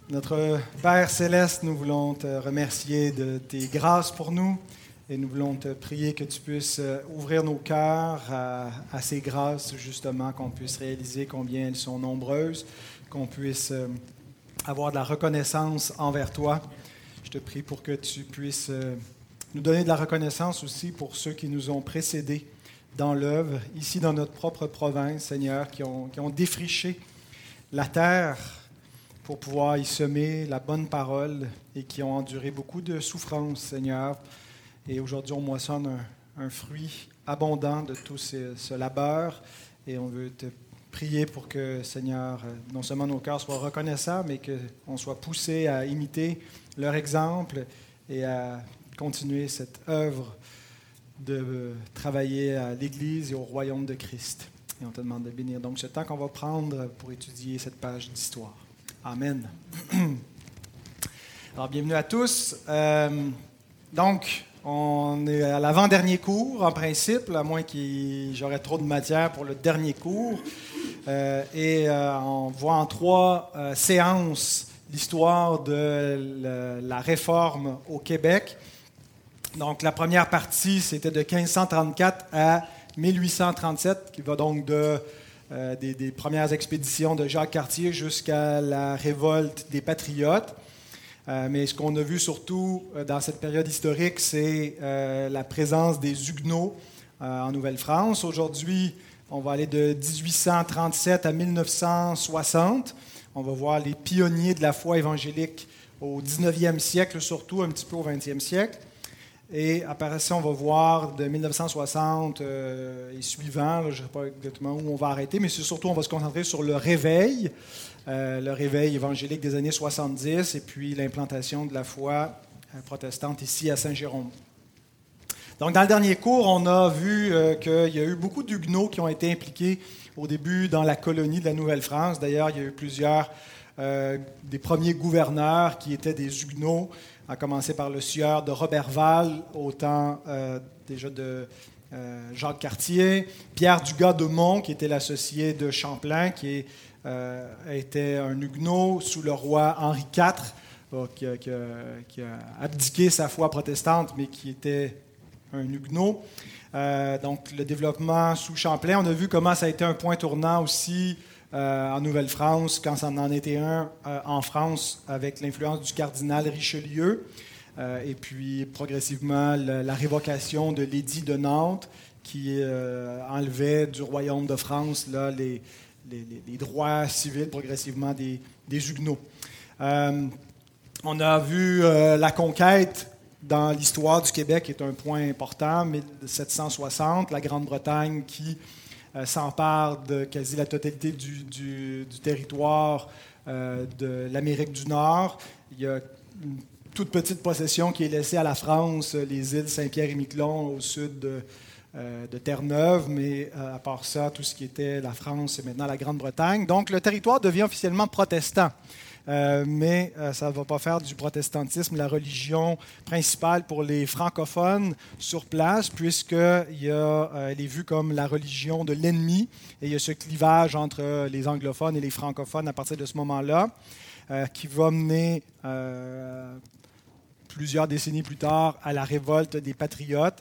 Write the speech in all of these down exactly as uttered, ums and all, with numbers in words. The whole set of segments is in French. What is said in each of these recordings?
Notre Père Céleste, nous voulons te remercier de tes grâces pour nous et nous voulons te prier que tu puisses ouvrir nos cœurs à, à ces grâces, justement, qu'on puisse réaliser combien elles sont nombreuses, qu'on puisse avoir de la reconnaissance envers toi. Je te prie pour que tu puisses nous donner de la reconnaissance aussi pour ceux qui nous ont précédés dans l'œuvre, ici dans notre propre province, Seigneur, qui ont, qui ont défriché la terre pour pouvoir y semer la bonne parole et qui ont enduré beaucoup de souffrances, Seigneur. Et aujourd'hui, on moissonne un, un fruit abondant de tout ce, ce labeur. Et on veut te prier pour que, Seigneur, non seulement nos cœurs soient reconnaissants, mais qu'on soit poussés à imiter leur exemple et à continuer cette œuvre de travailler à l'Église et au royaume de Christ. Et on te demande de bénir donc ce temps qu'on va prendre pour étudier cette page d'histoire. Amen. Alors, bienvenue à tous. Euh, donc, on est à l'avant-dernier cours, en principe, à moins que j'aurais trop de matière pour le dernier cours. Euh, et euh, on voit en trois euh, séances l'histoire de le, la réforme au Québec. Donc, la première partie, c'était de quinze cent trente-quatre à mille huit cent trente-sept, qui va donc de Euh, des, des premières expéditions de Jacques Cartier jusqu'à la révolte des Patriotes. Euh, mais ce qu'on a vu surtout euh, dans cette période historique, c'est euh, la présence des Huguenots euh, en Nouvelle-France. Aujourd'hui, on va aller de dix-huit cent trente-sept à mille neuf cent soixante. On va voir les pionniers de la foi évangélique au dix-neuvième siècle, surtout un petit peu au vingtième siècle. Et après ça, on va voir de mille neuf cent soixante euh, et suivant, là, je ne sais pas exactement où on va arrêter, mais c'est surtout, on va se concentrer sur le réveil, euh, le réveil évangélique des années soixante-dix et puis l'implantation de la foi euh, protestante ici à Saint-Jérôme. Donc, dans le dernier cours, on a vu euh, qu'il y a eu beaucoup d'Huguenots qui ont été impliqués au début dans la colonie de la Nouvelle-France. D'ailleurs, il y a eu plusieurs euh, des premiers gouverneurs qui étaient des Huguenots, à commencer par le sieur de Roberval, au temps euh, déjà de euh, Jacques Cartier, Pierre Dugas-de-Mont, qui était l'associé de Champlain, qui euh, était un Huguenot sous le roi Henri quatre, euh, qui, a, qui, a, qui a abdiqué sa foi protestante, mais qui était un Huguenot. Euh, donc, le développement sous Champlain, on a vu comment ça a été un point tournant aussi Euh, en Nouvelle-France, quand ça en était un euh, en France, avec l'influence du cardinal Richelieu, euh, et puis progressivement la, la révocation de l'édit de Nantes, qui euh, enlevait du royaume de France là, les, les, les droits civils progressivement des, des Huguenots. Euh, on a vu euh, la conquête dans l'histoire du Québec, qui est un point important, mille sept cent soixante, la Grande-Bretagne qui Euh, s'empare de quasi la totalité du, du, du territoire euh, de l'Amérique du Nord. Il y a une toute petite possession qui est laissée à la France, les îles Saint-Pierre et Miquelon au sud de, euh, de Terre-Neuve, mais euh, à part ça, tout ce qui était la France et maintenant la Grande-Bretagne. Donc le territoire devient officiellement protestant. Euh, mais euh, ça ne va pas faire du protestantisme la religion principale pour les francophones sur place, puisqu'elle euh, est vue comme la religion de l'ennemi, et il y a ce clivage entre les anglophones et les francophones à partir de ce moment-là, euh, qui va mener euh, plusieurs décennies plus tard à la révolte des Patriotes.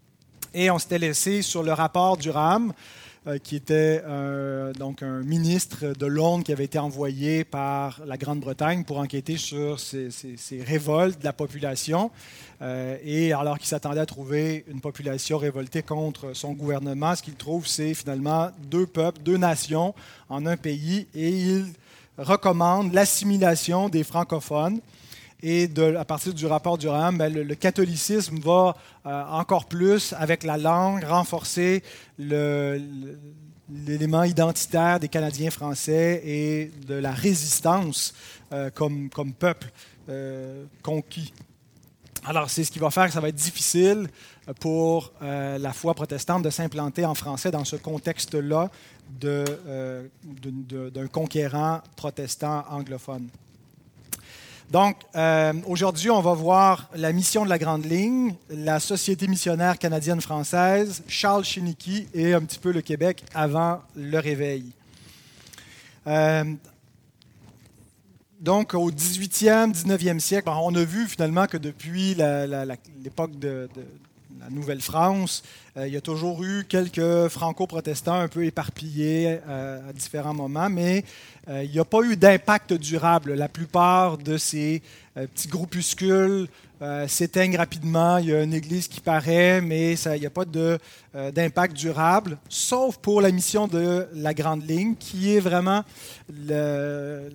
Et on s'était laissé sur le rapport Durham, qui était euh, donc un ministre de Londres qui avait été envoyé par la Grande-Bretagne pour enquêter sur ces, ces, ces révoltes de la population. Euh, et alors qu'il s'attendait à trouver une population révoltée contre son gouvernement, ce qu'il trouve, c'est finalement deux peuples, deux nations en un pays, et il recommande l'assimilation des francophones. Et de, à partir du rapport Durham, ben, le, le catholicisme va euh, encore plus, avec la langue, renforcer le, le, l'élément identitaire des Canadiens français et de la résistance euh, comme, comme peuple euh, conquis. Alors, c'est ce qui va faire que ça va être difficile pour euh, la foi protestante de s'implanter en français dans ce contexte-là de, euh, de, de, d'un conquérant protestant anglophone. Donc, euh, aujourd'hui, on va voir la mission de la Grande Ligne, la Société missionnaire canadienne-française, Charles Chéniky et un petit peu le Québec avant le Réveil. Euh, donc au dix-huitième, dix-neuvième siècle, on a vu finalement que depuis la, la, la, l'époque de, de la Nouvelle-France, euh, il y a toujours eu quelques franco-protestants un peu éparpillés euh, à différents moments, mais euh, il n'y a pas eu d'impact durable. La plupart de ces euh, petits groupuscules euh, s'éteignent rapidement. Il y a une église qui paraît, mais ça, il n'y a pas de, euh, d'impact durable, sauf pour la mission de la Grande Ligne, qui est vraiment le,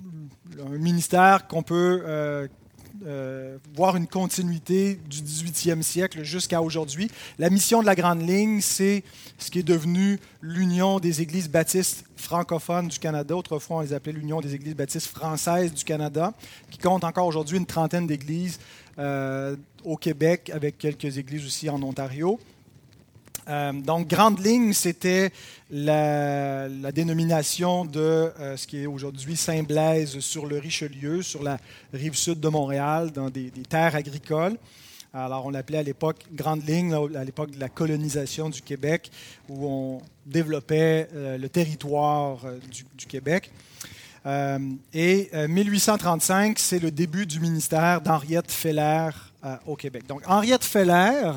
un ministère qu'on peut euh, euh, voir une continuité du dix-huitième siècle jusqu'à aujourd'hui. La mission de la Grande Ligne, c'est ce qui est devenu l'Union des Églises baptistes francophones du Canada. Autrefois, on les appelait l'Union des Églises baptistes françaises du Canada, qui compte encore aujourd'hui une trentaine d'églises euh, au Québec, avec quelques églises aussi en Ontario. Euh, donc, Grande Ligne, c'était la, la dénomination de euh, ce qui est aujourd'hui Saint-Blaise sur le Richelieu, sur la rive sud de Montréal, dans des, des terres agricoles. Alors, on l'appelait à l'époque Grande Ligne, à l'époque de la colonisation du Québec, où on développait euh, le territoire euh, du, du Québec. Euh, et euh, mille huit cent trente-cinq, c'est le début du ministère d'Henriette Feller euh, au Québec. Donc, Henriette Feller,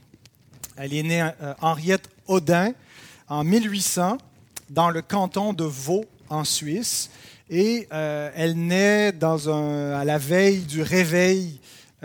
elle est née euh, Henriette Audin en mille huit cents dans le canton de Vaud, en Suisse. Et euh, elle naît dans un, à la veille du réveil,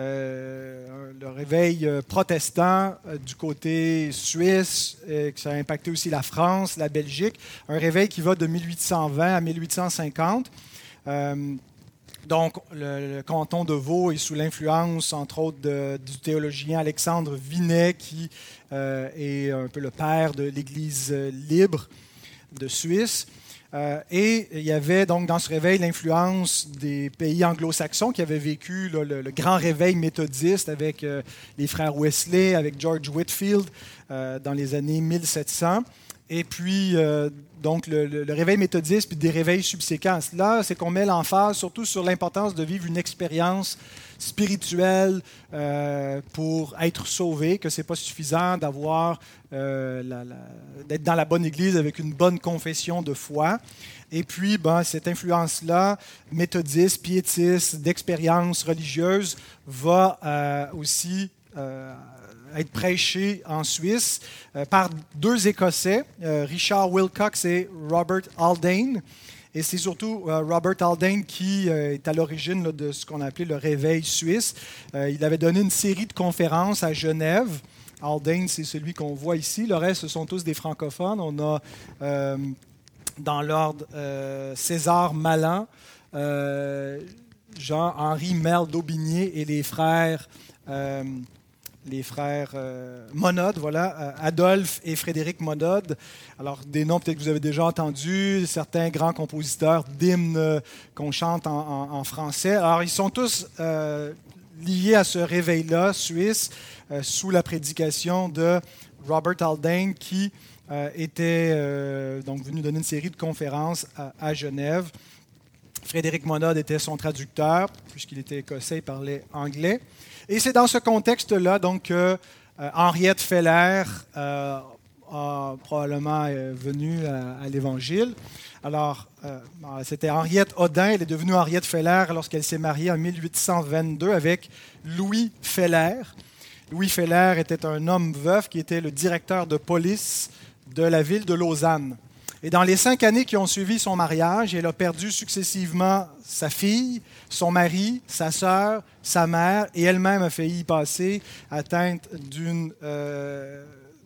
euh, le réveil protestant euh, du côté suisse, et que ça a impacté aussi la France, la Belgique. Un réveil qui va de mille huit cent vingt à mille huit cent cinquante. Euh, Donc, le, le canton de Vaud est sous l'influence, entre autres, de, du théologien Alexandre Vinet, qui euh, est un peu le père de l'Église libre de Suisse. Euh, et il y avait donc dans ce réveil l'influence des pays anglo-saxons qui avaient vécu là, le, le grand réveil méthodiste avec euh, les frères Wesley, avec George Whitefield euh, dans les années mille sept cents. Et puis, euh, donc, le, le, le réveil méthodiste, puis des réveils subséquents. Là, c'est qu'on met l'emphase surtout sur l'importance de vivre une expérience spirituelle euh, pour être sauvé, que ce n'est pas suffisant d'avoir, euh, la, la, d'être dans la bonne église avec une bonne confession de foi. Et puis, ben, cette influence-là, méthodiste, piétiste, d'expérience religieuse, va euh, aussi Euh, être prêché en Suisse euh, par deux Écossais, euh, Richard Wilcox et Robert Haldane. Et c'est surtout euh, Robert Haldane qui euh, est à l'origine là, de ce qu'on appelait le réveil suisse. Euh, il avait donné une série de conférences à Genève. Haldane, c'est celui qu'on voit ici. Le reste, ce sont tous des francophones. On a euh, dans l'ordre euh, César Mallan, euh, Jean-Henri Merle d'Aubigné et les frères... Euh, les frères euh, Monod, voilà, euh, Adolphe et Frédéric Monod. Alors, des noms peut-être que vous avez déjà entendus, certains grands compositeurs d'hymnes euh, qu'on chante en, en, en français. Alors, ils sont tous euh, liés à ce réveil-là suisse, euh, sous la prédication de Robert Haldane, qui euh, était euh, donc venu donner une série de conférences à, à Genève. Frédéric Monod était son traducteur, puisqu'il était écossais, il parlait anglais. Et c'est dans ce contexte-là donc, que euh, Henriette Feller euh, a probablement euh, venu à, à l'Évangile. Alors, euh, c'était Henriette Audin. Elle est devenue Henriette Feller lorsqu'elle s'est mariée en mille huit cent vingt-deux avec Louis Feller. Louis Feller était un homme veuf qui était le directeur de police de la ville de Lausanne. Et dans les cinq années qui ont suivi son mariage, elle a perdu successivement sa fille, son mari, sa sœur, sa mère, et elle-même a failli y passer, atteinte d'une, euh,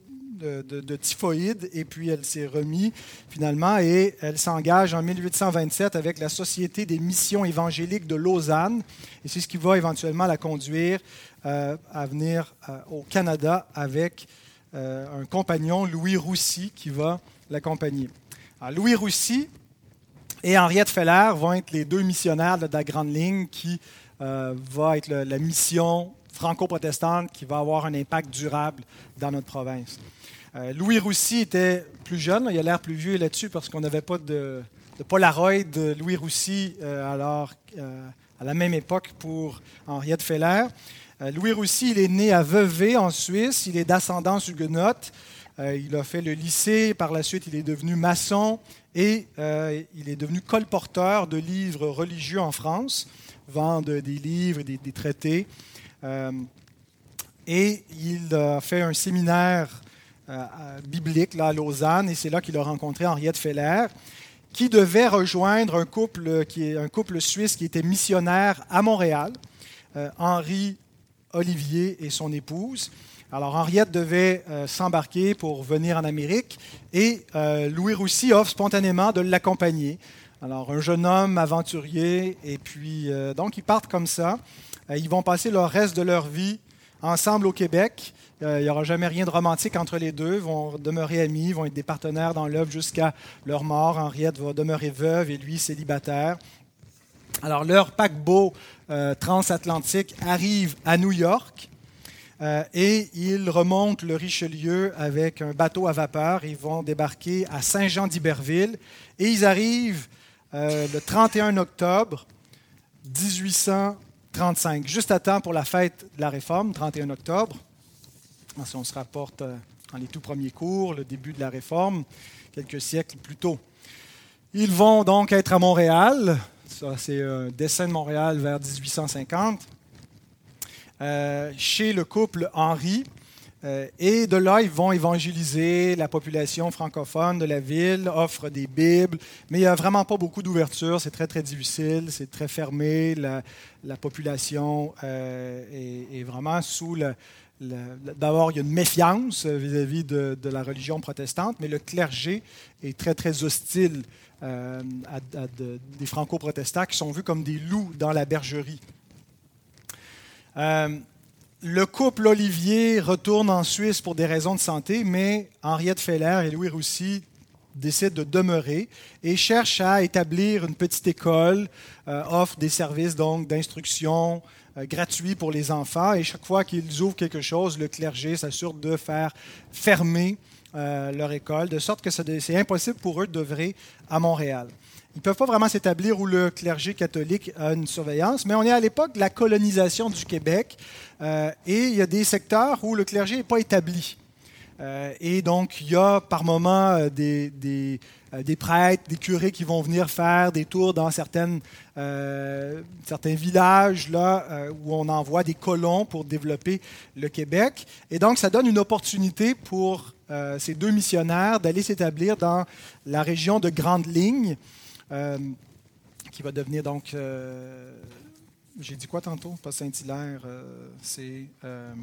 de, de, de typhoïde, et puis elle s'est remise finalement, et elle s'engage en mille huit cent vingt-sept avec la Société des missions évangéliques de Lausanne, et c'est ce qui va éventuellement la conduire euh, à venir euh, au Canada avec euh, un compagnon, Louis Roussy, qui va l'accompagner. Alors, Louis Roussy et Henriette Feller vont être les deux missionnaires de la Grande Ligne qui euh, va être le, la mission franco-protestante qui va avoir un impact durable dans notre province. Euh, Louis Roussy était plus jeune, il a l'air plus vieux là-dessus parce qu'on n'avait pas de, de Polaroid de Louis Roussy euh, alors, euh, à la même époque pour Henriette Feller. Euh, Louis Roussy, il est né à Vevey en Suisse, il est d'ascendance huguenote. Euh, il a fait le lycée. Par la suite, il est devenu maçon et euh, il est devenu colporteur de livres religieux en France, vend des livres, des, des traités. Euh, et il a fait un séminaire euh, biblique là, à Lausanne, et c'est là qu'il a rencontré Henriette Feller, qui devait rejoindre un couple, qui est un couple suisse qui était missionnaire à Montréal, euh, Henri Olivier et son épouse. Alors Henriette devait euh, s'embarquer pour venir en Amérique, et euh, Louis Roussy offre spontanément de l'accompagner. Alors un jeune homme aventurier, et puis euh, donc ils partent comme ça. Euh, ils vont passer le reste de leur vie ensemble au Québec. Euh, il n'y aura jamais rien de romantique entre les deux. Ils vont demeurer amis, ils vont être des partenaires dans l'œuvre jusqu'à leur mort. Henriette va demeurer veuve et lui célibataire. Alors leur paquebot euh, transatlantique arrive à New York euh, et ils remontent le Richelieu avec un bateau à vapeur. Ils vont débarquer à Saint-Jean-d'Iberville et ils arrivent euh, le trente et un octobre dix-huit cent trente-cinq, juste à temps pour la fête de la Réforme, trente et un octobre. Si on se rapporte dans les tout premiers cours, le début de la Réforme, quelques siècles plus tôt. Ils vont donc être à Montréal. Ça, c'est un dessin de Montréal vers dix-huit cent cinquante, euh, chez le couple Henri. Euh, et de là, ils vont évangéliser la population francophone de la ville, offrent des Bibles, mais il n'y a vraiment pas beaucoup d'ouverture, c'est très, très difficile, c'est très fermé, la, la population euh, est, est vraiment sous le... le d'abord, il y a une méfiance vis-à-vis de, de la religion protestante, mais le clergé est très, très hostile euh, à, à de, des franco-protestants qui sont vus comme des loups dans la bergerie. Euh, Le couple Olivier retourne en Suisse pour des raisons de santé, mais Henriette Feller et Louis Roussy décident de demeurer et cherchent à établir une petite école, euh, offrent des services donc d'instruction euh, gratuits pour les enfants. Et chaque fois qu'ils ouvrent quelque chose, le clergé s'assure de faire fermer euh, leur école, de sorte que c'est impossible pour eux d'œuvrer à Montréal. Ils ne peuvent pas vraiment s'établir où le clergé catholique a une surveillance, mais on est à l'époque de la colonisation du Québec euh, et il y a des secteurs où le clergé n'est pas établi. Euh, et donc, il y a par moments euh, des, des, euh, des prêtres, des curés qui vont venir faire des tours dans certaines, euh, certains villages là, euh, où on envoie des colons pour développer le Québec. Et donc, ça donne une opportunité pour euh, ces deux missionnaires d'aller s'établir dans la région de Grande-Ligne, Euh, qui va devenir donc, euh, j'ai dit quoi tantôt? Pas Saint-Hilaire, euh, c'est euh,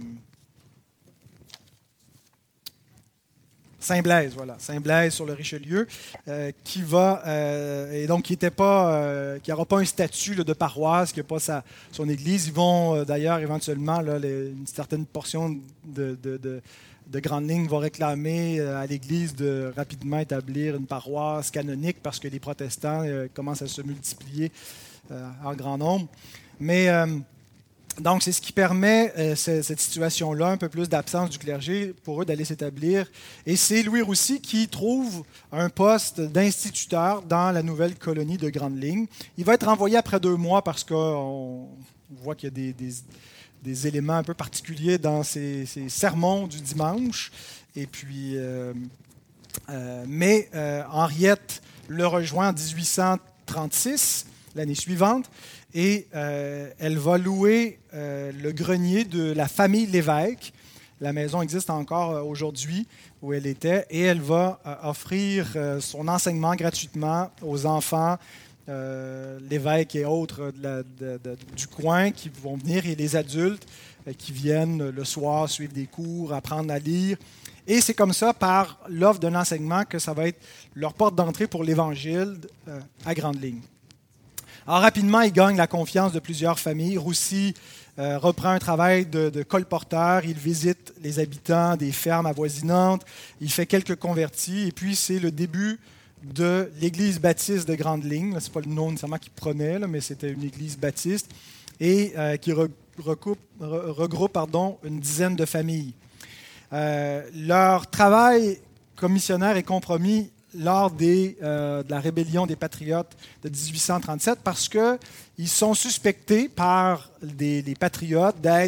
Saint-Blaise, voilà, Saint-Blaise sur le Richelieu, euh, qui va, euh, et donc qui n'était pas, euh, qui n'aura pas un statut là, de paroisse, qui n'a pas sa, son église. Ils vont euh, d'ailleurs éventuellement, là, les, une certaine portion de, de, de de Grande-Ligne va réclamer à l'Église de rapidement établir une paroisse canonique parce que les protestants euh, commencent à se multiplier euh, en grand nombre. Mais euh, donc, c'est ce qui permet euh, cette situation-là, un peu plus d'absence du clergé, pour eux d'aller s'établir. Et c'est Louis Roussy qui trouve un poste d'instituteur dans la nouvelle colonie de Grande-Ligne. Il va être renvoyé après deux mois parce qu'on voit qu'il y a des... des des éléments un peu particuliers dans ces, ces sermons du dimanche. Et puis, euh, euh, mais euh, Henriette le rejoint en dix-huit cent trente-six, l'année suivante, et euh, elle va louer euh, le grenier de la famille Lévesque. La maison existe encore aujourd'hui où elle était, et elle va euh, offrir euh, son enseignement gratuitement aux enfants, Euh, l'évêque et autres de la, de, de, du coin qui vont venir, et les adultes euh, qui viennent le soir suivre des cours, apprendre à lire. Et c'est comme ça, par l'offre d'un enseignement, que ça va être leur porte d'entrée pour l'Évangile euh, à Grande-Ligne. Alors rapidement, il gagne la confiance de plusieurs familles. Roussy euh, reprend un travail de, de colporteur, il visite les habitants des fermes avoisinantes, il fait quelques convertis, et puis c'est le début de l'Église baptiste de Grande-Ligne. Ce n'est pas le nom nécessairement qu'il prenait, là, mais c'était une église baptiste, et euh, qui re, recoupe, re, regroupe pardon, une dizaine de familles. Euh, leur travail comme missionnaire est compromis lors des, euh, de la rébellion des Patriotes de dix-huit cent trente-sept parce qu'ils sont suspectés par des, les Patriotes d'être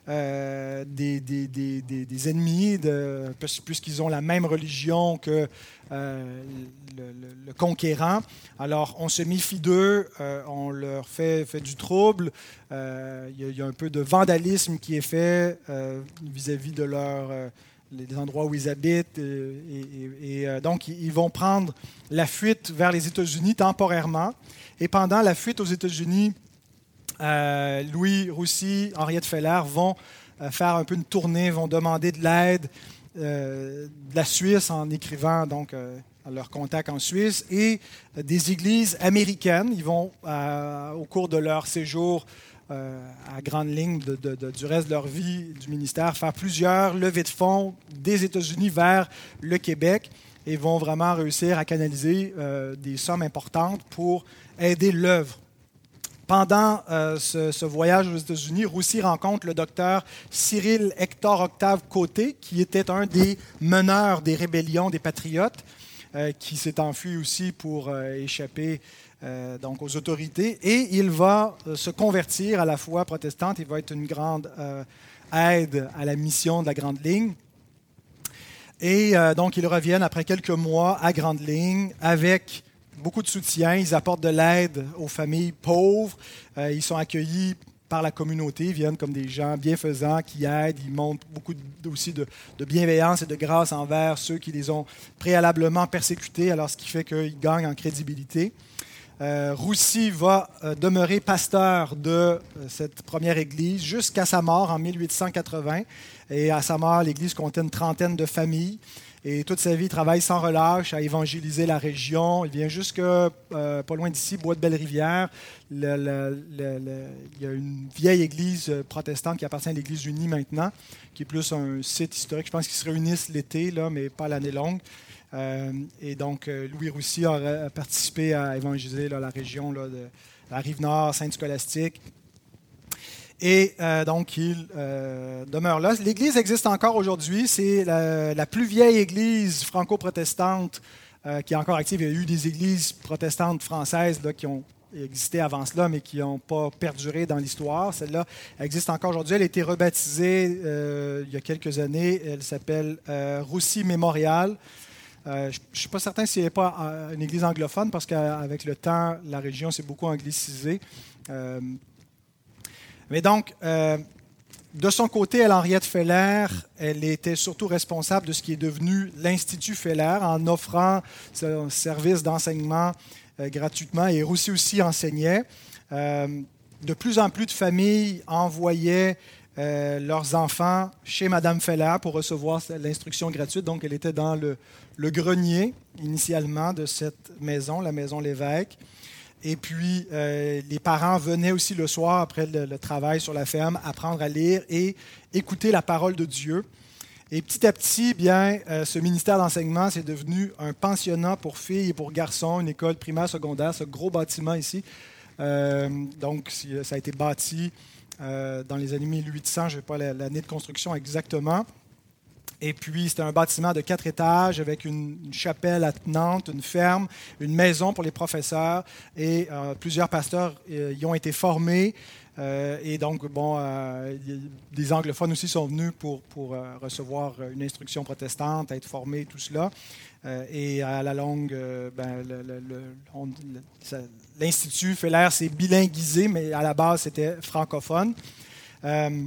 euh, des, des, des, des, des ennemis, de, puisqu'ils ont la même religion que euh, le, le, le conquérant. Alors, on se méfie d'eux, euh, on leur fait, fait du trouble. Euh, il, y a, il y a un peu de vandalisme qui est fait euh, vis-à-vis de leur... Euh, les endroits où ils habitent. Et, et, et, et donc, ils vont prendre la fuite vers les États-Unis temporairement. Et pendant la fuite aux États-Unis, euh, Louis Roussy, Henriette Feller vont euh, faire un peu une tournée, vont demander de l'aide euh, de la Suisse en écrivant donc euh, à leur contact en Suisse et euh, des églises américaines. Ils vont, euh, au cours de leur séjour Euh, à grande ligne de, de, de, du reste de leur vie du ministère, faire plusieurs levées de fonds des États-Unis vers le Québec et vont vraiment réussir à canaliser euh, des sommes importantes pour aider l'œuvre. Pendant euh, ce, ce voyage aux États-Unis, Roussy rencontre le docteur Cyril Hector Octave Côté, qui était un des meneurs des rébellions des Patriotes, euh, qui s'est enfui aussi pour euh, échapper Euh, donc aux autorités, et il va euh, se convertir à la foi protestante. Il va être une grande euh, aide à la mission de la Grande Ligne. Et euh, donc, ils reviennent après quelques mois à Grande Ligne avec beaucoup de soutien. Ils apportent de l'aide aux familles pauvres. Euh, ils sont accueillis par la communauté, ils viennent comme des gens bienfaisants qui aident. Ils montrent beaucoup de, aussi de, de bienveillance et de grâce envers ceux qui les ont préalablement persécutés, alors ce qui fait qu'ils gagnent en crédibilité. Euh, Roussy va euh, demeurer pasteur de euh, cette première église jusqu'à sa mort en mille huit cent quatre-vingts. Et à sa mort, l'église comptait une trentaine de familles. Et toute sa vie, il travaille sans relâche à évangéliser la région. Il vient jusque euh, pas loin d'ici, Bois-de-Belle-Rivière. Le, le, le, le, il y a une vieille église protestante qui appartient à l'Église unie maintenant, qui est plus un site historique. Je pense qu'ils se réunissent l'été, là, mais pas l'année longue. Euh, et donc, euh, Louis Roussy a, a participé à évangéliser là, la région là, de la Rive-Nord, Sainte-Scolastique. Et euh, donc, il euh, demeure là. L'église existe encore aujourd'hui. C'est la, la plus vieille église franco-protestante euh, qui est encore active. Il y a eu des églises protestantes françaises là, qui ont existé avant cela, mais qui n'ont pas perduré dans l'histoire. Celle-là existe encore aujourd'hui. Elle a été rebaptisée euh, il y a quelques années. Elle s'appelle euh, Roussy Mémorial. Euh, je ne suis pas certain si elle n'est pas une église anglophone, parce qu'avec le temps, la région s'est beaucoup anglicisée. Euh, mais donc, euh, de son côté, elle, Henriette Feller, elle était surtout responsable de ce qui est devenu l'Institut Feller, en offrant ce service d'enseignement euh, gratuitement. Et Roussy aussi enseignait. Euh, de plus en plus de familles envoyaient Euh, leurs enfants chez Mme Feller pour recevoir l'instruction gratuite. Donc, elle était dans le, le grenier, initialement, de cette maison, la maison Lévesque. Et puis, euh, les parents venaient aussi le soir, après le, le travail sur la ferme, apprendre à lire et écouter la parole de Dieu. Et petit à petit, bien, euh, ce ministère d'enseignement, c'est devenu un pensionnat pour filles et pour garçons, une école primaire, secondaire, ce gros bâtiment ici. Euh, donc, ça a été bâti Euh, dans les années mille huit cents, je n'ai pas l'année de construction exactement. Et puis, c'était un bâtiment de quatre étages avec une, une chapelle attenante, une ferme, une maison pour les professeurs. Et euh, plusieurs pasteurs euh, y ont été formés. Euh, et donc, bon, euh, des anglophones aussi sont venus pour, pour euh, recevoir une instruction protestante, être formés, tout cela. Euh, et à la longue, euh, ben, le, le, le, on, le, ça, l'Institut Feller s'est bilinguisé, mais à la base, c'était francophone. Euh,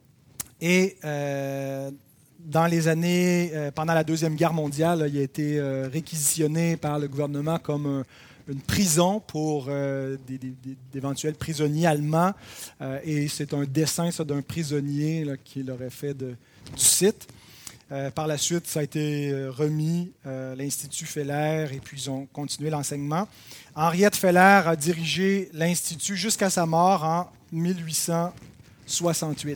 et euh, dans les années, euh, pendant la Deuxième Guerre mondiale, là, il a été euh, réquisitionné par le gouvernement comme un, une prison pour euh, des, des, des, d'éventuels prisonniers allemands. Euh, et c'est un dessin ça, d'un prisonnier là, qu'il aurait fait de, du site. Euh, par la suite, ça a été remis à l'Institut Feller et puis ils ont continué l'enseignement. Henriette Feller a dirigé l'Institut jusqu'à sa mort en mille huit cent soixante-huit.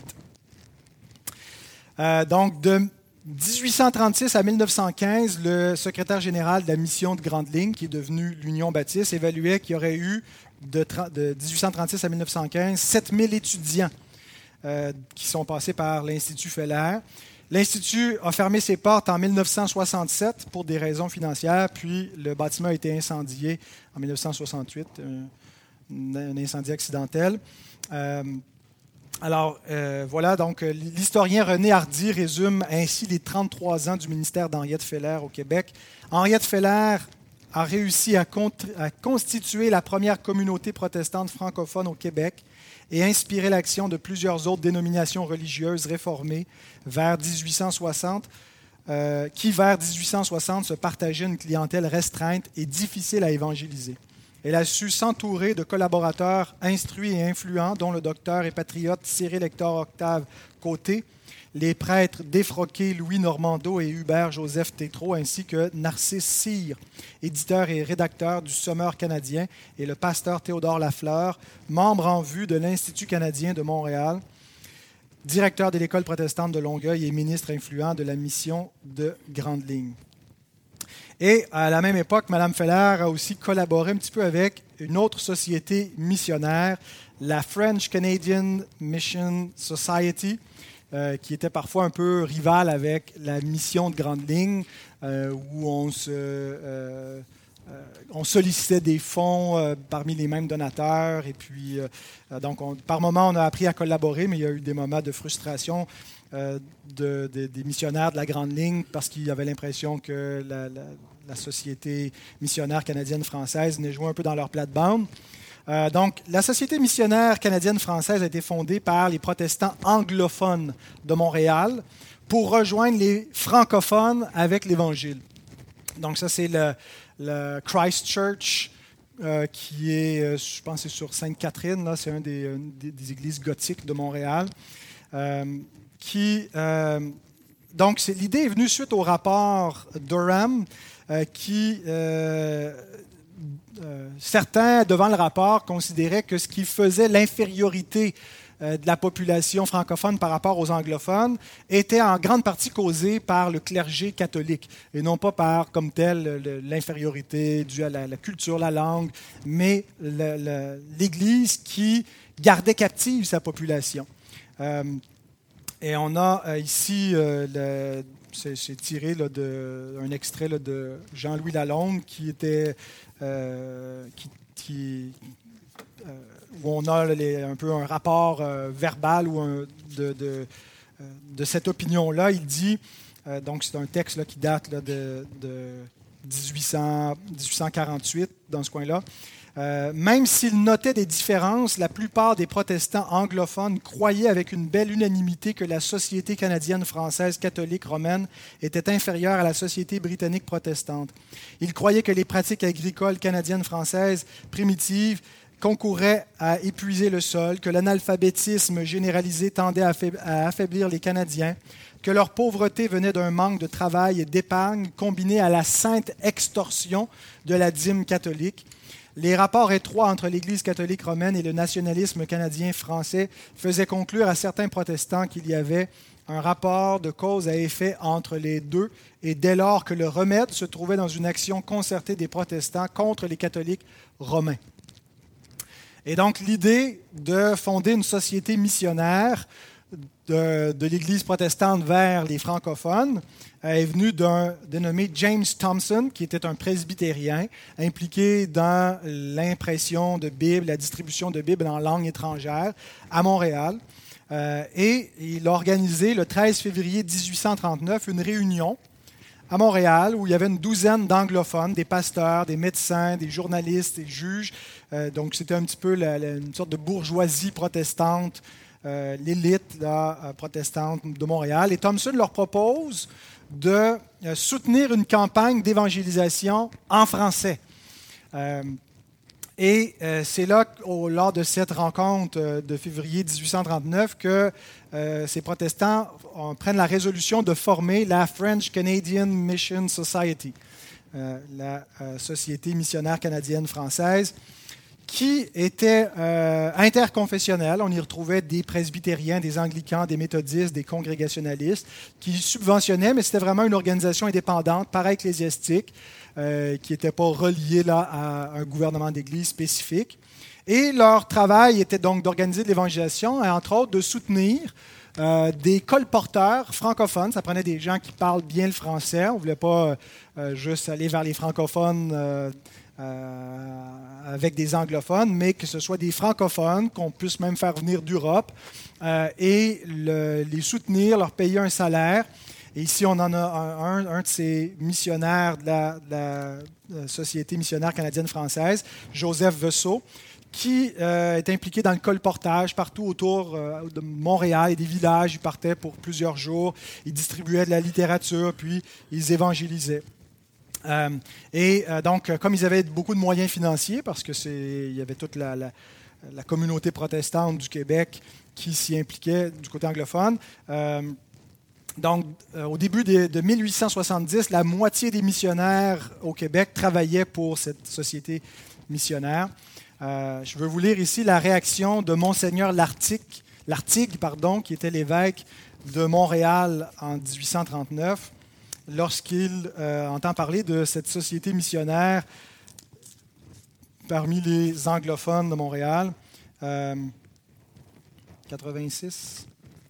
Euh, donc, de dix-huit cent trente-six à mille neuf cent quinze, le secrétaire général de la mission de Grande Ligne, qui est devenu l'Union baptiste, évaluait qu'il y aurait eu de, de dix-huit cent trente-six à mille neuf cent quinze sept mille étudiants euh, qui sont passés par l'Institut Feller. L'Institut a fermé ses portes en mille neuf cent soixante-sept pour des raisons financières, puis le bâtiment a été incendié en mille neuf cent soixante-huit, un, un incendie accidentel. Euh, Alors, euh, voilà, donc l'historien René Hardy résume ainsi les trente-trois ans du ministère d'Henriette Feller au Québec. Henriette Feller a réussi à, contr- à constituer la première communauté protestante francophone au Québec et inspirer l'action de plusieurs autres dénominations religieuses réformées vers dix-huit cent soixante, euh, qui, vers dix-huit cent soixante, se partageaient une clientèle restreinte et difficile à évangéliser. Elle a su s'entourer de collaborateurs instruits et influents, dont le docteur et patriote Cyril-Hector Octave Côté, les prêtres défroqués Louis Normando et Hubert-Joseph Tétrault, ainsi que Narcisse Cyr, éditeur et rédacteur du Sommeur canadien, et le pasteur Théodore Lafleur, membre en vue de l'Institut canadien de Montréal, directeur de l'École protestante de Longueuil et ministre influent de la mission de Grande Ligne. Et à la même époque, Mme Feller a aussi collaboré un petit peu avec une autre société missionnaire, la French Canadian Mission Society, euh, qui était parfois un peu rivale avec la mission de Grande Ligne, euh, où on, se, euh, euh, on sollicitait des fonds euh, parmi les mêmes donateurs. Et puis, euh, donc, on, par moments, on a appris à collaborer, mais il y a eu des moments de frustration euh, de, de, des missionnaires de la Grande Ligne parce qu'ils avaient l'impression que la, la, la société missionnaire canadienne-française venait jouer un peu dans leur plate-bande. Euh, donc, la Société missionnaire canadienne-française a été fondée par les protestants anglophones de Montréal pour rejoindre les francophones avec l'Évangile. Donc, ça, c'est le, le Christ Church euh, qui est, je pense, c'est sur Sainte-Catherine. Là, c'est une des, une des, des églises gothiques de Montréal. Euh, qui, euh, donc, c'est, l'idée est venue suite au rapport Durham euh, qui... Euh, Euh, certains, devant le rapport, considéraient que ce qui faisait l'infériorité euh, de la population francophone par rapport aux anglophones était en grande partie causé par le clergé catholique, et non pas par, comme tel, le, l'infériorité due à la, la culture, la langue, mais le, le, l'Église qui gardait captive sa population. Euh, et on a euh, ici... Euh, le, C'est, c'est tiré là, de, un extrait là, de Jean-Louis Lalonde qui était euh, qui, qui, euh, où on a les, un peu un rapport euh, verbal ou un, de, de, de cette opinion-là. Il dit, euh, donc c'est un texte là, qui date là, de, de dix-huit cents, dix-huit cent quarante-huit, dans ce coin-là. Euh, même s'il notait des différences, la plupart des protestants anglophones croyaient avec une belle unanimité que la société canadienne-française catholique romaine était inférieure à la société britannique protestante. Ils croyaient que les pratiques agricoles canadiennes-françaises primitives concouraient à épuiser le sol, que l'analphabétisme généralisé tendait à affaiblir les Canadiens, que leur pauvreté venait d'un manque de travail et d'épargne combiné à la sainte extorsion de la dîme catholique. Les rapports étroits entre l'Église catholique romaine et le nationalisme canadien-français faisaient conclure à certains protestants qu'il y avait un rapport de cause à effet entre les deux, et dès lors que le remède se trouvait dans une action concertée des protestants contre les catholiques romains. Et donc l'idée de fonder une société missionnaire de, de l'Église protestante vers les francophones est venue d'un dénommé James Thompson, qui était un presbytérien impliqué dans l'impression de Bibles, la distribution de Bibles en langue étrangère à Montréal. Euh, et il a organisé le treize février dix-huit cent trente-neuf une réunion à Montréal où il y avait une douzaine d'anglophones, des pasteurs, des médecins, des journalistes, des juges. Euh, donc c'était un petit peu la, la, une sorte de bourgeoisie protestante, euh, l'élite là, protestante de Montréal. Et Thompson leur propose de soutenir une campagne d'évangélisation en français. Euh, et euh, c'est là, au, lors de cette rencontre euh, de février dix-huit cent trente-neuf, que euh, ces protestants on, prennent la résolution de former la French Canadian Mission Society, euh, la euh, Société missionnaire canadienne-française, qui était euh, interconfessionnelle. On y retrouvait des presbytériens, des anglicans, des méthodistes, des congrégationalistes qui subventionnaient, mais c'était vraiment une organisation indépendante, para-ecclésiastique, euh, qui n'était pas reliée là, à un gouvernement d'église spécifique. Et leur travail était donc d'organiser de l'évangélisation et entre autres de soutenir euh, des colporteurs francophones. Ça prenait des gens qui parlent bien le français. On ne voulait pas euh, juste aller vers les francophones euh, euh, avec des anglophones, mais que ce soit des francophones, qu'on puisse même faire venir d'Europe, euh, et le, les soutenir, leur payer un salaire. Et ici, on en a un, un, un de ces missionnaires de la, de la Société missionnaire canadienne-française, Joseph Vesseau, qui euh, est impliqué dans le colportage partout autour euh, de Montréal et des villages. Ils partaient pour plusieurs jours, ils distribuaient de la littérature, puis ils évangélisaient. Euh, et euh, donc, comme ils avaient beaucoup de moyens financiers, parce que c'est, il y avait toute la, la, la communauté protestante du Québec qui s'y impliquait du côté anglophone, euh, donc, euh, au début de, de mille huit cent soixante-dix, la moitié des missionnaires au Québec travaillaient pour cette société missionnaire. Euh, je veux vous lire ici la réaction de Monseigneur Lartigue, Lartigue pardon, qui était l'évêque de Montréal en dix-huit cent trente-neuf, lorsqu'il euh, entend parler de cette société missionnaire parmi les anglophones de Montréal. Euh, quatre-vingt-six.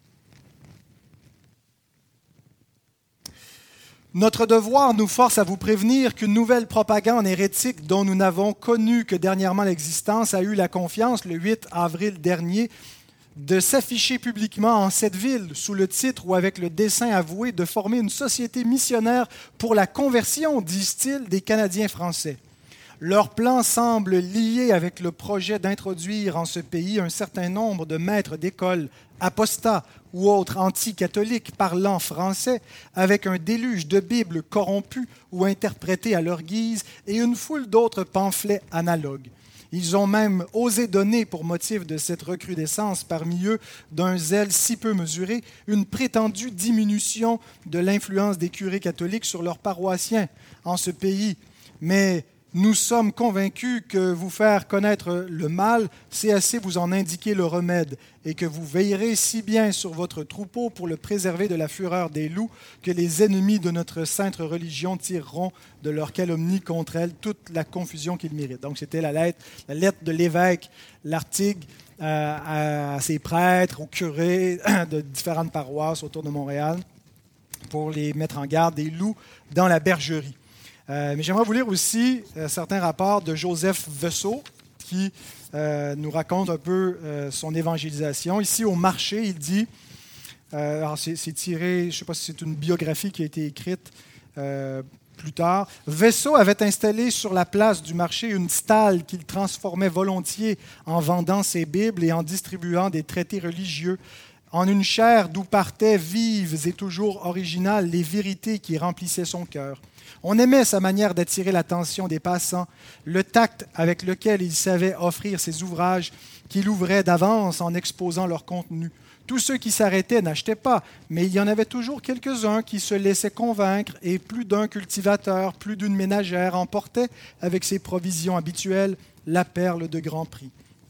Notre devoir nous force à vous prévenir qu'une nouvelle propagande hérétique dont nous n'avons connu que dernièrement l'existence a eu la confiance, le huit avril dernier, de s'afficher publiquement en cette ville sous le titre ou avec le dessein avoué de former une société missionnaire pour la conversion, disent-ils, des Canadiens français. Leur plan semble lié avec le projet d'introduire en ce pays un certain nombre de maîtres d'école, apostats ou autres anti-catholiques parlant français, avec un déluge de Bibles corrompues ou interprétées à leur guise et une foule d'autres pamphlets analogues. Ils ont même osé donner pour motif de cette recrudescence parmi eux, d'un zèle si peu mesuré, une prétendue diminution de l'influence des curés catholiques sur leurs paroissiens en ce pays. Mais nous sommes convaincus que vous faire connaître le mal, c'est assez vous en indiquer le remède, et que vous veillerez si bien sur votre troupeau pour le préserver de la fureur des loups, que les ennemis de notre sainte religion tireront de leur calomnie contre elle toute la confusion qu'ils méritent. Donc c'était la lettre, la lettre de l'évêque Lartigue euh, à ses prêtres, aux curés de différentes paroisses autour de Montréal, pour les mettre en garde des loups dans la bergerie. Euh, mais j'aimerais vous lire aussi euh, certains rapports de Joseph Vesseau qui euh, nous raconte un peu euh, son évangélisation. Ici, au marché, il dit, euh, alors c'est, c'est tiré, je ne sais pas si c'est une biographie qui a été écrite euh, plus tard, Vesseau avait installé sur la place du marché une stalle qu'il transformait volontiers en vendant ses Bibles et en distribuant des traités religieux, en une chair d'où partaient vives et toujours originales les vérités qui remplissaient son cœur. On aimait sa manière d'attirer l'attention des passants, le tact avec lequel il savait offrir ses ouvrages qu'il ouvrait d'avance en exposant leur contenu. Tous ceux qui s'arrêtaient n'achetaient pas, mais il y en avait toujours quelques-uns qui se laissaient convaincre et plus d'un cultivateur, plus d'une ménagère emportait avec ses provisions habituelles la perle de grand prix.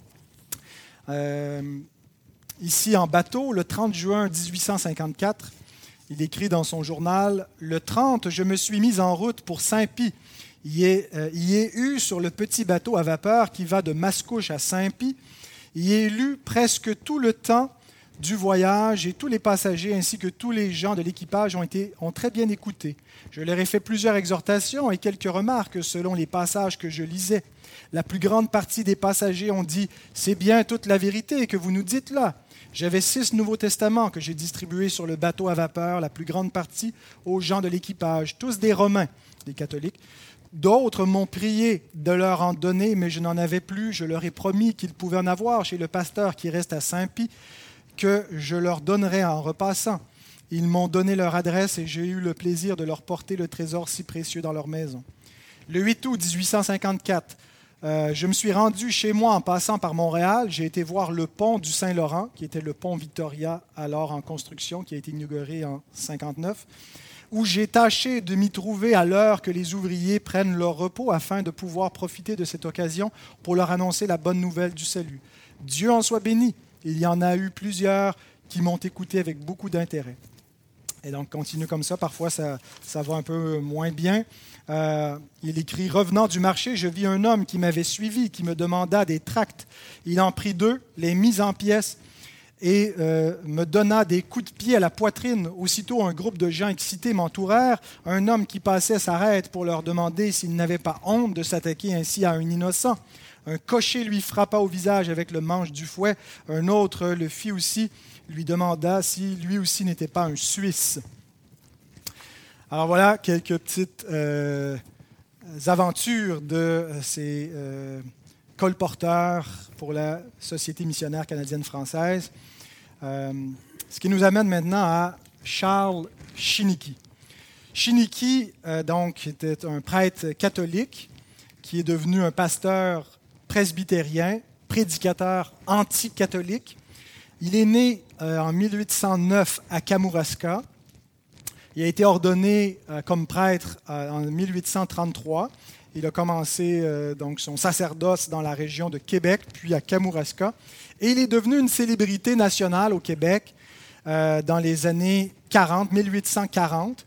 Euh, ici en bateau, le trente juin dix-huit cent cinquante-quatre, il écrit dans son journal « Le trente, je me suis mis en route pour Saint-Pie. Il y ait euh, eu sur le petit bateau à vapeur qui va de Mascouche à Saint-Pie. Il y ait lu presque tout le temps du voyage et tous les passagers ainsi que tous les gens de l'équipage ont, été, ont très bien écouté. Je leur ai fait plusieurs exhortations et quelques remarques selon les passages que je lisais. La plus grande partie des passagers ont dit « C'est bien toute la vérité que vous nous dites là. » J'avais six Nouveaux Testaments que j'ai distribués sur le bateau à vapeur, la plus grande partie aux gens de l'équipage, tous des Romains, des catholiques. D'autres m'ont prié de leur en donner, mais je n'en avais plus. Je leur ai promis qu'ils pouvaient en avoir chez le pasteur qui reste à Saint-Pie, que je leur donnerais en repassant. Ils m'ont donné leur adresse et j'ai eu le plaisir de leur porter le trésor si précieux dans leur maison. Le huit août dix-huit cent cinquante-quatre, Euh, je me suis rendu chez moi en passant par Montréal. J'ai été voir le pont du Saint-Laurent, qui était le pont Victoria, alors en construction, qui a été inauguré en cinquante-neuf, où j'ai tâché de m'y trouver à l'heure que les ouvriers prennent leur repos afin de pouvoir profiter de cette occasion pour leur annoncer la bonne nouvelle du salut. Dieu en soit béni. Il y en a eu plusieurs qui m'ont écouté avec beaucoup d'intérêt. Et donc, continue comme ça. Parfois, ça, ça va un peu moins bien. Euh, il écrit « Revenant du marché, je vis un homme qui m'avait suivi, qui me demanda des tracts. Il en prit deux, les mit en pièces et euh, me donna des coups de pied à la poitrine. Aussitôt, un groupe de gens excités m'entourèrent. Un homme qui passait s'arrête pour leur demander s'ils n'avaient pas honte de s'attaquer ainsi à un innocent. Un cocher lui frappa au visage avec le manche du fouet. Un autre le fit aussi, lui demanda si lui aussi n'était pas un Suisse. Alors voilà quelques petites euh, aventures de ces euh, colporteurs pour la Société missionnaire canadienne-française. Euh, ce qui nous amène maintenant à Charles Chiniki. Chiniki, euh, donc, était un prêtre catholique qui est devenu un pasteur presbytérien, prédicateur anti-catholique. Il est né euh, en mille huit cent neuf à Kamouraska. Il a été ordonné euh, comme prêtre euh, en mille huit cent trente-trois. Il a commencé euh, donc son sacerdoce dans la région de Québec, puis à Kamouraska. Et il est devenu une célébrité nationale au Québec euh, dans les années quarante, mille huit cent quarante,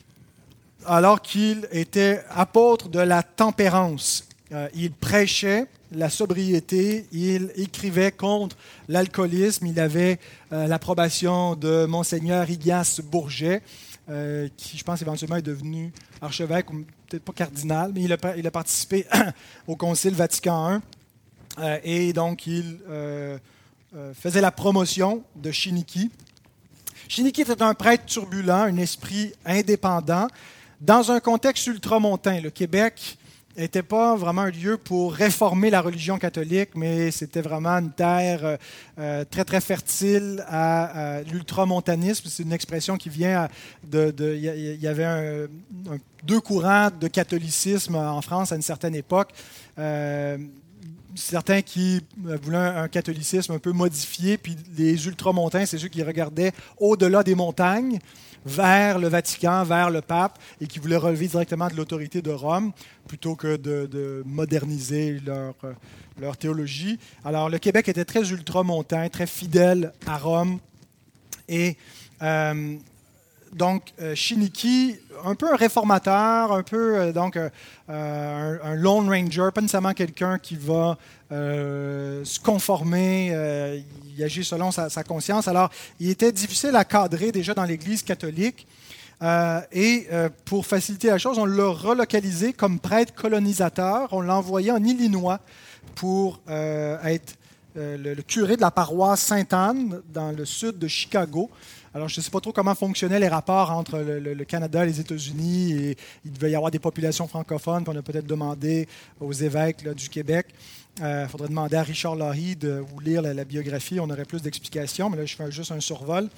alors qu'il était apôtre de la tempérance. Euh, il prêchait la sobriété, il écrivait contre l'alcoolisme. Il avait euh, l'approbation de Monseigneur Ignace Bourget, euh, qui, je pense, éventuellement est devenu archevêque, ou peut-être pas cardinal, mais il a, il a participé au Concile Vatican un. Euh, et donc, il euh, euh, faisait la promotion de Chiniki. Chiniki était un prêtre turbulent, un esprit indépendant, dans un contexte ultramontain. Le Québec n'était pas vraiment un lieu pour réformer la religion catholique, mais c'était vraiment une terre euh, très, très fertile à, à l'ultramontanisme. C'est une expression qui vient de... de il y avait un, un, deux courants de catholicisme en France à une certaine époque. Euh, certains qui voulaient un catholicisme un peu modifié, puis les ultramontains, c'est ceux qui regardaient au-delà des montagnes, vers le Vatican, vers le pape, et qui voulaient relever directement de l'autorité de Rome, plutôt que de, de moderniser leur, leur théologie. Alors, le Québec était très ultramontain, très fidèle à Rome, et euh, donc, euh, Chiniki, un peu un réformateur, un peu euh, donc euh, un, un lone ranger, pas nécessairement quelqu'un qui va euh, se conformer, euh, il agit selon sa, sa conscience. Alors, il était difficile à cadrer déjà dans l'Église catholique. Euh, et euh, pour faciliter la chose, on l'a relocalisé comme prêtre colonisateur. On l'a envoyé en Illinois pour euh, être euh, le, le curé de la paroisse Sainte-Anne dans le sud de Chicago. Alors, je ne sais pas trop comment fonctionnaient les rapports entre le, le, le Canada et les États-Unis. Et il devait y avoir des populations francophones. Puis on a peut-être demandé aux évêques là, du Québec. Il euh, faudrait demander à Richard Laurie de vous lire la, la biographie. On aurait plus d'explications, mais là, je fais juste un survol.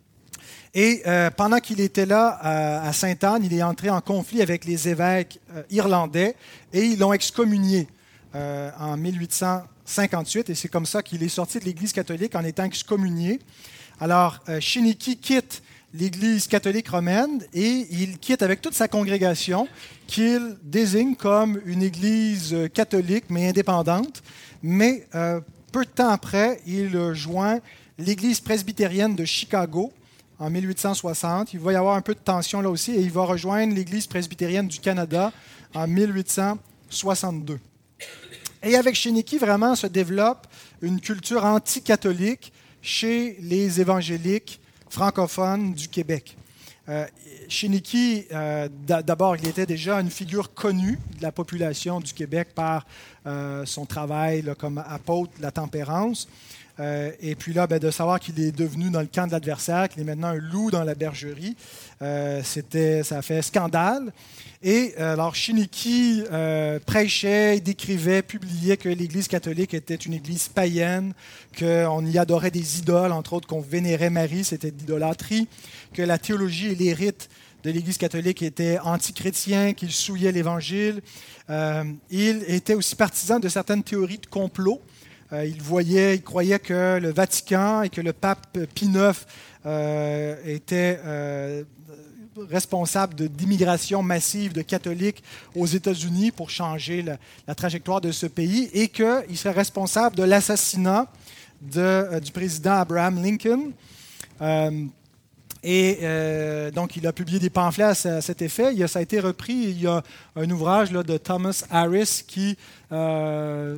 Et euh, pendant qu'il était là à, à Sainte-Anne, il est entré en conflit avec les évêques euh, irlandais et ils l'ont excommunié euh, en mille huit cent cinquante-huit. Et c'est comme ça qu'il est sorti de l'Église catholique en étant excommunié. Alors, euh, Chiniki quitte l'Église catholique romaine et il quitte avec toute sa congrégation qu'il désigne comme une Église catholique mais indépendante. Mais euh, peu de temps après, il joint l'Église presbytérienne de Chicago en mille huit cent soixante. Il va y avoir un peu de tension là aussi et il va rejoindre l'Église presbytérienne du Canada en mille huit cent soixante-deux. Et avec Chiniki, vraiment se développe une culture anti-catholique chez les évangéliques francophones du Québec. Euh, Chiniki, euh, d'abord, il était déjà une figure connue de la population du Québec par euh, son travail là, comme apôtre de la tempérance. Euh, et puis là, ben, de savoir qu'il est devenu dans le camp de l'adversaire, qu'il est maintenant un loup dans la bergerie, euh, c'était, ça a fait scandale. Et euh, alors, Chiniki euh, prêchait, décrivait, publiait que l'Église catholique était une Église païenne, qu'on y adorait des idoles, entre autres qu'on vénérait Marie, c'était de l'idolâtrie, que la théologie et les rites de l'Église catholique étaient antichrétiens, qu'il souillait l'Évangile. Euh, il était aussi partisan de certaines théories de complot. Euh, il voyait, il croyait que le Vatican et que le pape Pie neuf euh, étaient euh, responsables de, d'immigration massive de catholiques aux États-Unis pour changer la, la trajectoire de ce pays et qu'il serait responsable de l'assassinat de, euh, du président Abraham Lincoln. Euh, Et euh, donc, il a publié des pamphlets à, à cet effet. Il a, ça a été repris. Il y a un ouvrage là, de Thomas Harris qui euh,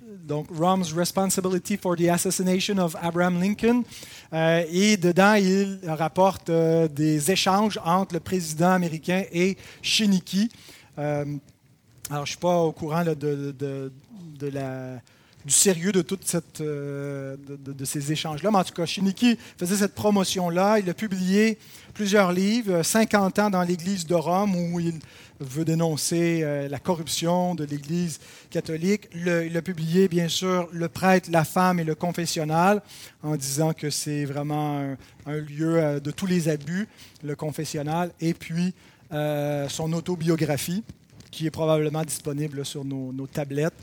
donc Rom's Responsibility for the Assassination of Abraham Lincoln. Euh, et dedans, il rapporte euh, des échanges entre le président américain et Chiniki. Euh, alors, je ne suis pas au courant là, de, de, de la... du sérieux de toute cette, euh, de, de, de ces échanges-là. Mais en tout cas, Chiniki faisait cette promotion-là. Il a publié plusieurs livres, cinquante ans dans l'Église de Rome, où il veut dénoncer euh, la corruption de l'Église catholique. Le, il a publié, bien sûr, Le prêtre, la femme et le confessionnal, en disant que c'est vraiment un, un lieu euh, de tous les abus, le confessionnal. Et puis, euh, son autobiographie, qui est probablement disponible sur nos, nos tablettes.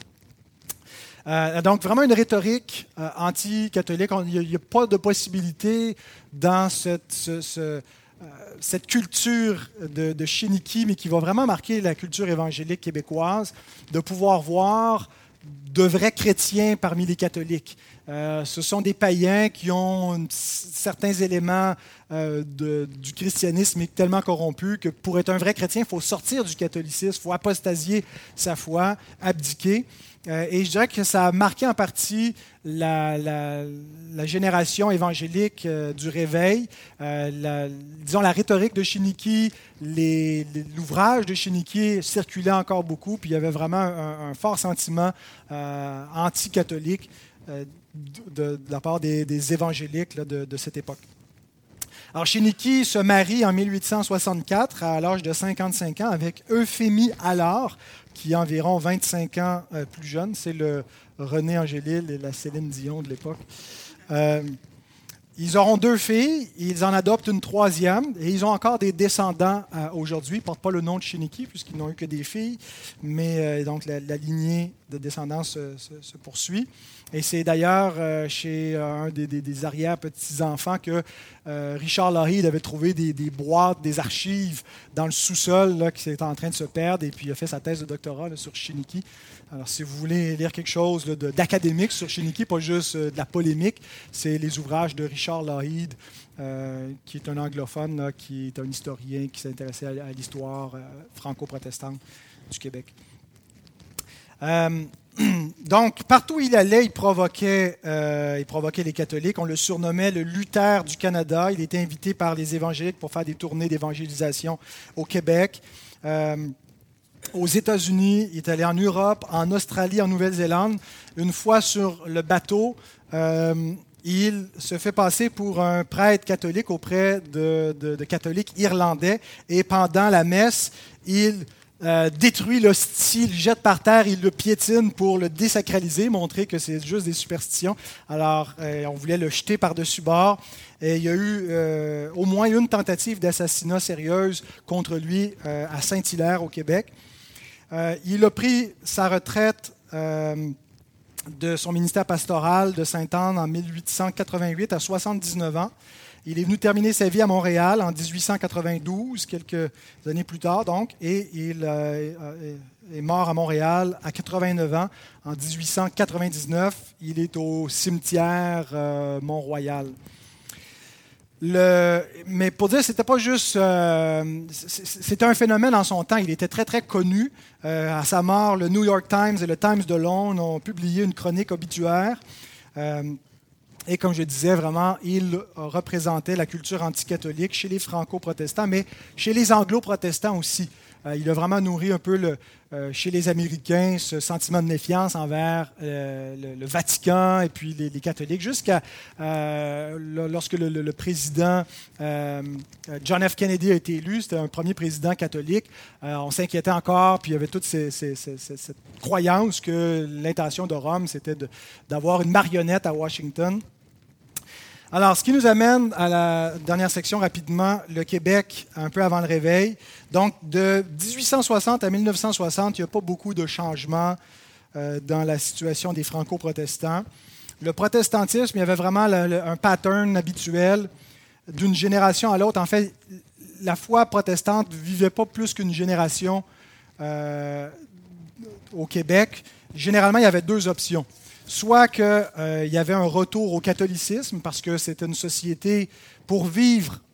Euh, donc, vraiment une rhétorique euh, anti-catholique. Il n'y a, a pas de possibilité dans cette, ce, ce, euh, cette culture de, de Chiniki, mais qui va vraiment marquer la culture évangélique québécoise, de pouvoir voir de vrais chrétiens parmi les catholiques. Euh, ce sont des païens qui ont une, certains éléments euh, de, du christianisme tellement corrompus que pour être un vrai chrétien, il faut sortir du catholicisme, il faut apostasier sa foi, abdiquer. Euh, et je dirais que ça a marqué en partie la, la, la génération évangélique euh, du Réveil. Euh, la, disons, la rhétorique de Chiniki, les, les, l'ouvrage de Chiniki circulait encore beaucoup, puis il y avait vraiment un, un fort sentiment euh, anti-catholique euh, de, de la part des, des évangéliques là, de, de cette époque. Alors, Chiniki se marie en mille huit cent soixante-quatre à l'âge de cinquante-cinq ans avec Euphémie Allard, qui est environ vingt-cinq ans euh, plus jeune. C'est le René Angélil et la Céline Dion de l'époque. Euh, ils auront deux filles, ils en adoptent une troisième, et ils ont encore des descendants euh, aujourd'hui. Ils ne portent pas le nom de Chiniki, puisqu'ils n'ont eu que des filles, mais euh, donc la, la lignée de descendance se, se, se poursuit. Et c'est d'ailleurs euh, chez euh, un des, des, des arrière-petits-enfants que euh, Richard Lahide avait trouvé des, des boîtes, des archives dans le sous-sol là, qui étaient en train de se perdre, et puis il a fait sa thèse de doctorat là, sur Chiniki. Alors, si vous voulez lire quelque chose là, de, d'académique sur Chiniki, pas juste euh, de la polémique, c'est les ouvrages de Richard Lahide, euh, qui est un anglophone, là, qui est un historien qui s'intéressait à, à l'histoire euh, franco-protestante du Québec. Euh, Donc, partout où il allait, il provoquait, euh, il provoquait les catholiques. On le surnommait le Luther du Canada. Il était invité par les évangéliques pour faire des tournées d'évangélisation au Québec. Euh, aux États-Unis, il est allé en Europe, en Australie, en Nouvelle-Zélande. Une fois sur le bateau, euh, il se fait passer pour un prêtre catholique auprès de, de, de catholiques irlandais. Et pendant la messe, il Euh, détruit l'hostie, le jette par terre, il le piétine pour le désacraliser, montrer que c'est juste des superstitions. Alors, euh, on voulait le jeter par-dessus bord. Et il y a eu euh, au moins une tentative d'assassinat sérieuse contre lui euh, à Saint-Hilaire, au Québec. Euh, il a pris sa retraite euh, de son ministère pastoral de Sainte-Anne en mille huit cent quatre-vingt-huit à soixante-dix-neuf ans. Il est venu terminer sa vie à Montréal en dix-huit cent quatre-vingt-douze, quelques années plus tard, donc, et il euh, est mort à Montréal à quatre-vingt-neuf ans en dix-huit cent quatre-vingt-dix-neuf. Il est au cimetière euh, Mont-Royal. Le, mais pour dire, c'était pas juste, euh, c'était un phénomène en son temps. Il était très très connu. Euh, à sa mort, le New York Times et le Times de Londres ont publié une chronique obituaire. Euh, Et comme je disais, vraiment, il représentait la culture anticatholique chez les franco-protestants, mais chez les anglo-protestants aussi. Euh, il a vraiment nourri un peu le, euh, chez les Américains ce sentiment de méfiance envers euh, le, le Vatican et puis les, les catholiques, jusqu'à euh, lorsque le, le, le président euh, John F. Kennedy a été élu. C'était un premier président catholique. Euh, on s'inquiétait encore, puis il y avait toute ces, ces, ces, cette croyance que l'intention de Rome, c'était de, d'avoir une marionnette à Washington. Alors, ce qui nous amène à la dernière section rapidement, le Québec, un peu avant le Réveil. Donc, de dix-huit cent soixante à mille neuf cent soixante, il n'y a pas beaucoup de changements euh, dans la situation des franco-protestants. Le protestantisme, il y avait vraiment le, le, un pattern habituel d'une génération à l'autre. En fait, la foi protestante ne vivait pas plus qu'une génération euh, au Québec. Généralement, il y avait deux options. Soit qu'il euh, y avait un retour au catholicisme, parce que c'était une société, pour vivre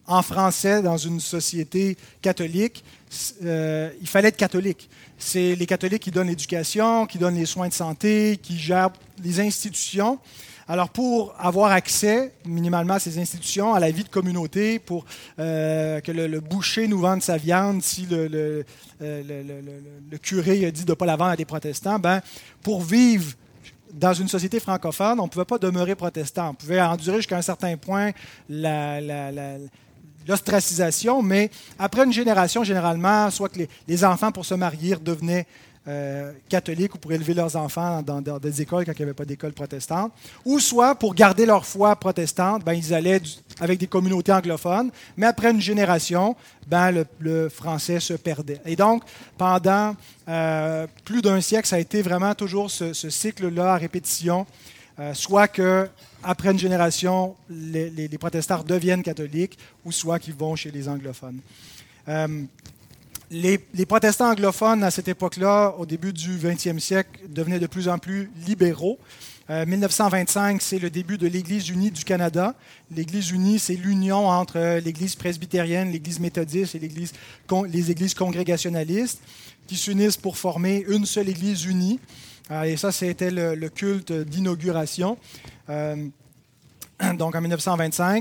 en français dans une société catholique, euh, il fallait être catholique. C'est les catholiques qui donnent l'éducation, qui donnent les soins de santé, qui gèrent les institutions. Alors, pour avoir accès minimalement à ces institutions, à la vie de communauté, pour euh, que le, le boucher nous vende sa viande, si le, le, le, le, le, le curé a dit de ne pas la vendre à des protestants, ben, pour vivre dans une société francophone, on ne pouvait pas demeurer protestant. On pouvait endurer jusqu'à un certain point la, la, la, l'ostracisation, mais après une génération, généralement, soit que les, les enfants, pour se marier, devenaient euh, catholiques ou pour élever leurs enfants dans, dans des écoles quand il n'y avait pas d'école protestante, ou soit pour garder leur foi protestante, ben, ils allaient du, avec des communautés anglophones, mais après une génération, ben, le, le français se perdait. Et donc, pendant euh, plus d'un siècle, ça a été vraiment toujours ce, ce cycle-là à répétition, euh, soit que après une génération, les, les, les protestants deviennent catholiques, ou soit qu'ils vont chez les anglophones. Euh, les, les protestants anglophones, à cette époque-là, au début du vingtième siècle, devenaient de plus en plus libéraux. Euh, mille neuf cent vingt-cinq, c'est le début de l'Église unie du Canada. L'Église unie, c'est l'union entre l'Église presbytérienne, l'Église méthodiste et l'Église, les églises congrégationalistes qui s'unissent pour former une seule Église unie. Euh, et ça, c'était le, le culte d'inauguration. Euh, donc en mille neuf cent vingt-cinq.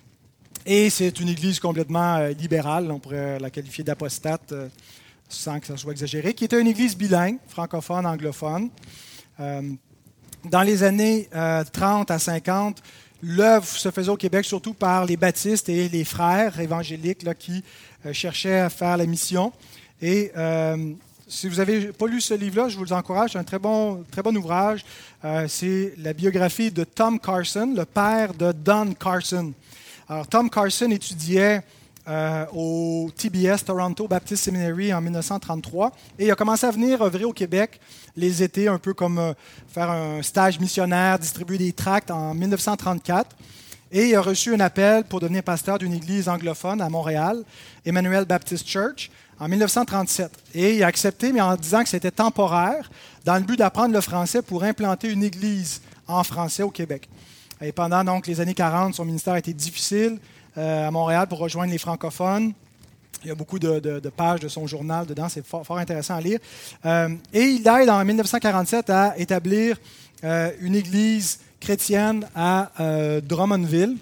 Et c'est une église complètement euh, libérale, on pourrait la qualifier d'apostate euh, sans que ça soit exagéré, qui était une église bilingue, francophone, anglophone. Euh, dans les années euh, trente à cinquante, l'œuvre se faisait au Québec surtout par les baptistes et les frères évangéliques là, qui euh, cherchaient à faire la mission. Et euh, si vous n'avez pas lu ce livre-là, je vous encourage, c'est un très bon, très bon ouvrage. Euh, c'est la biographie de Tom Carson, le père de Don Carson. Alors, Tom Carson étudiait euh, au T B S, Toronto Baptist Seminary, en mille neuf cent trente-trois, et il a commencé à venir œuvrer au Québec les étés, un peu comme euh, faire un stage missionnaire, distribuer des tracts en mille neuf cent trente-quatre. Et il a reçu un appel pour devenir pasteur d'une église anglophone à Montréal, Emmanuel Baptist Church, en mille neuf cent trente-sept. Et il a accepté, mais en disant que c'était temporaire, dans le but d'apprendre le français pour implanter une église en français au Québec. Et pendant donc, les années quarante, son ministère a été difficile euh, à Montréal pour rejoindre les francophones. Il y a beaucoup de, de, de pages de son journal dedans, c'est fort, fort intéressant à lire. Euh, et il aide en mille neuf cent quarante-sept à établir euh, une église chrétienne à euh, Drummondville,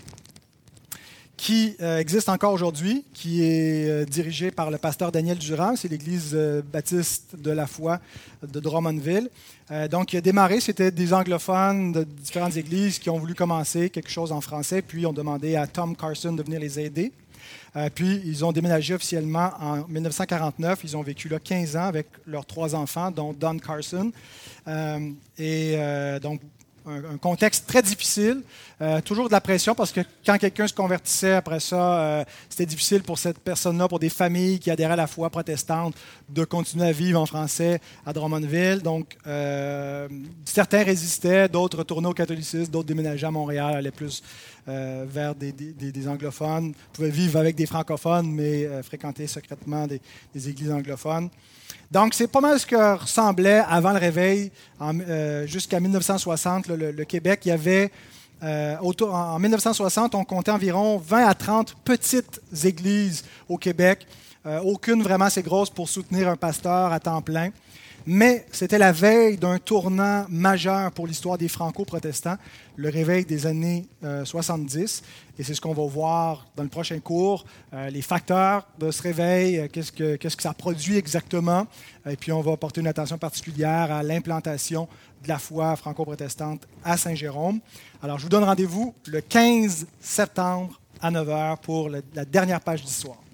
qui euh, existe encore aujourd'hui, qui est euh, dirigée par le pasteur Daniel Durand. C'est l'église euh, baptiste de la foi de Drummondville. Euh, donc, il a démarré, c'était des anglophones de différentes églises qui ont voulu commencer quelque chose en français, puis ont demandé à Tom Carson de venir les aider. Euh, puis, ils ont déménagé officiellement en mille neuf cent quarante-neuf. Ils ont vécu là quinze ans avec leurs trois enfants, dont Don Carson. Euh, et euh, donc, un, un contexte très difficile, euh, toujours de la pression parce que quand quelqu'un se convertissait après ça, euh, c'était difficile pour cette personne-là, pour des familles qui adhéraient à la foi protestante, de continuer à vivre en français à Drummondville. Donc, euh, certains résistaient, d'autres retournaient au catholicisme, d'autres déménageaient à Montréal, allaient plus euh, vers des, des, des anglophones, pouvaient vivre avec des francophones, mais euh, fréquenter secrètement des, des églises anglophones. Donc, c'est pas mal ce que ressemblait avant le réveil, en, euh, jusqu'à mille neuf cent soixante, le, le, le Québec. Il y avait, euh, autour, en mille neuf cent soixante, on comptait environ vingt à trente petites églises au Québec, euh, aucune vraiment assez grosse pour soutenir un pasteur à temps plein. Mais c'était la veille d'un tournant majeur pour l'histoire des franco-protestants, le réveil des années euh, soixante-dix. Et c'est ce qu'on va voir dans le prochain cours, euh, les facteurs de ce réveil, euh, qu'est-ce que, qu'est-ce que ça produit exactement. Et puis on va porter une attention particulière à l'implantation de la foi franco-protestante à Saint-Jérôme. Alors je vous donne rendez-vous le quinze septembre à neuf heures pour le, la dernière page d'histoire.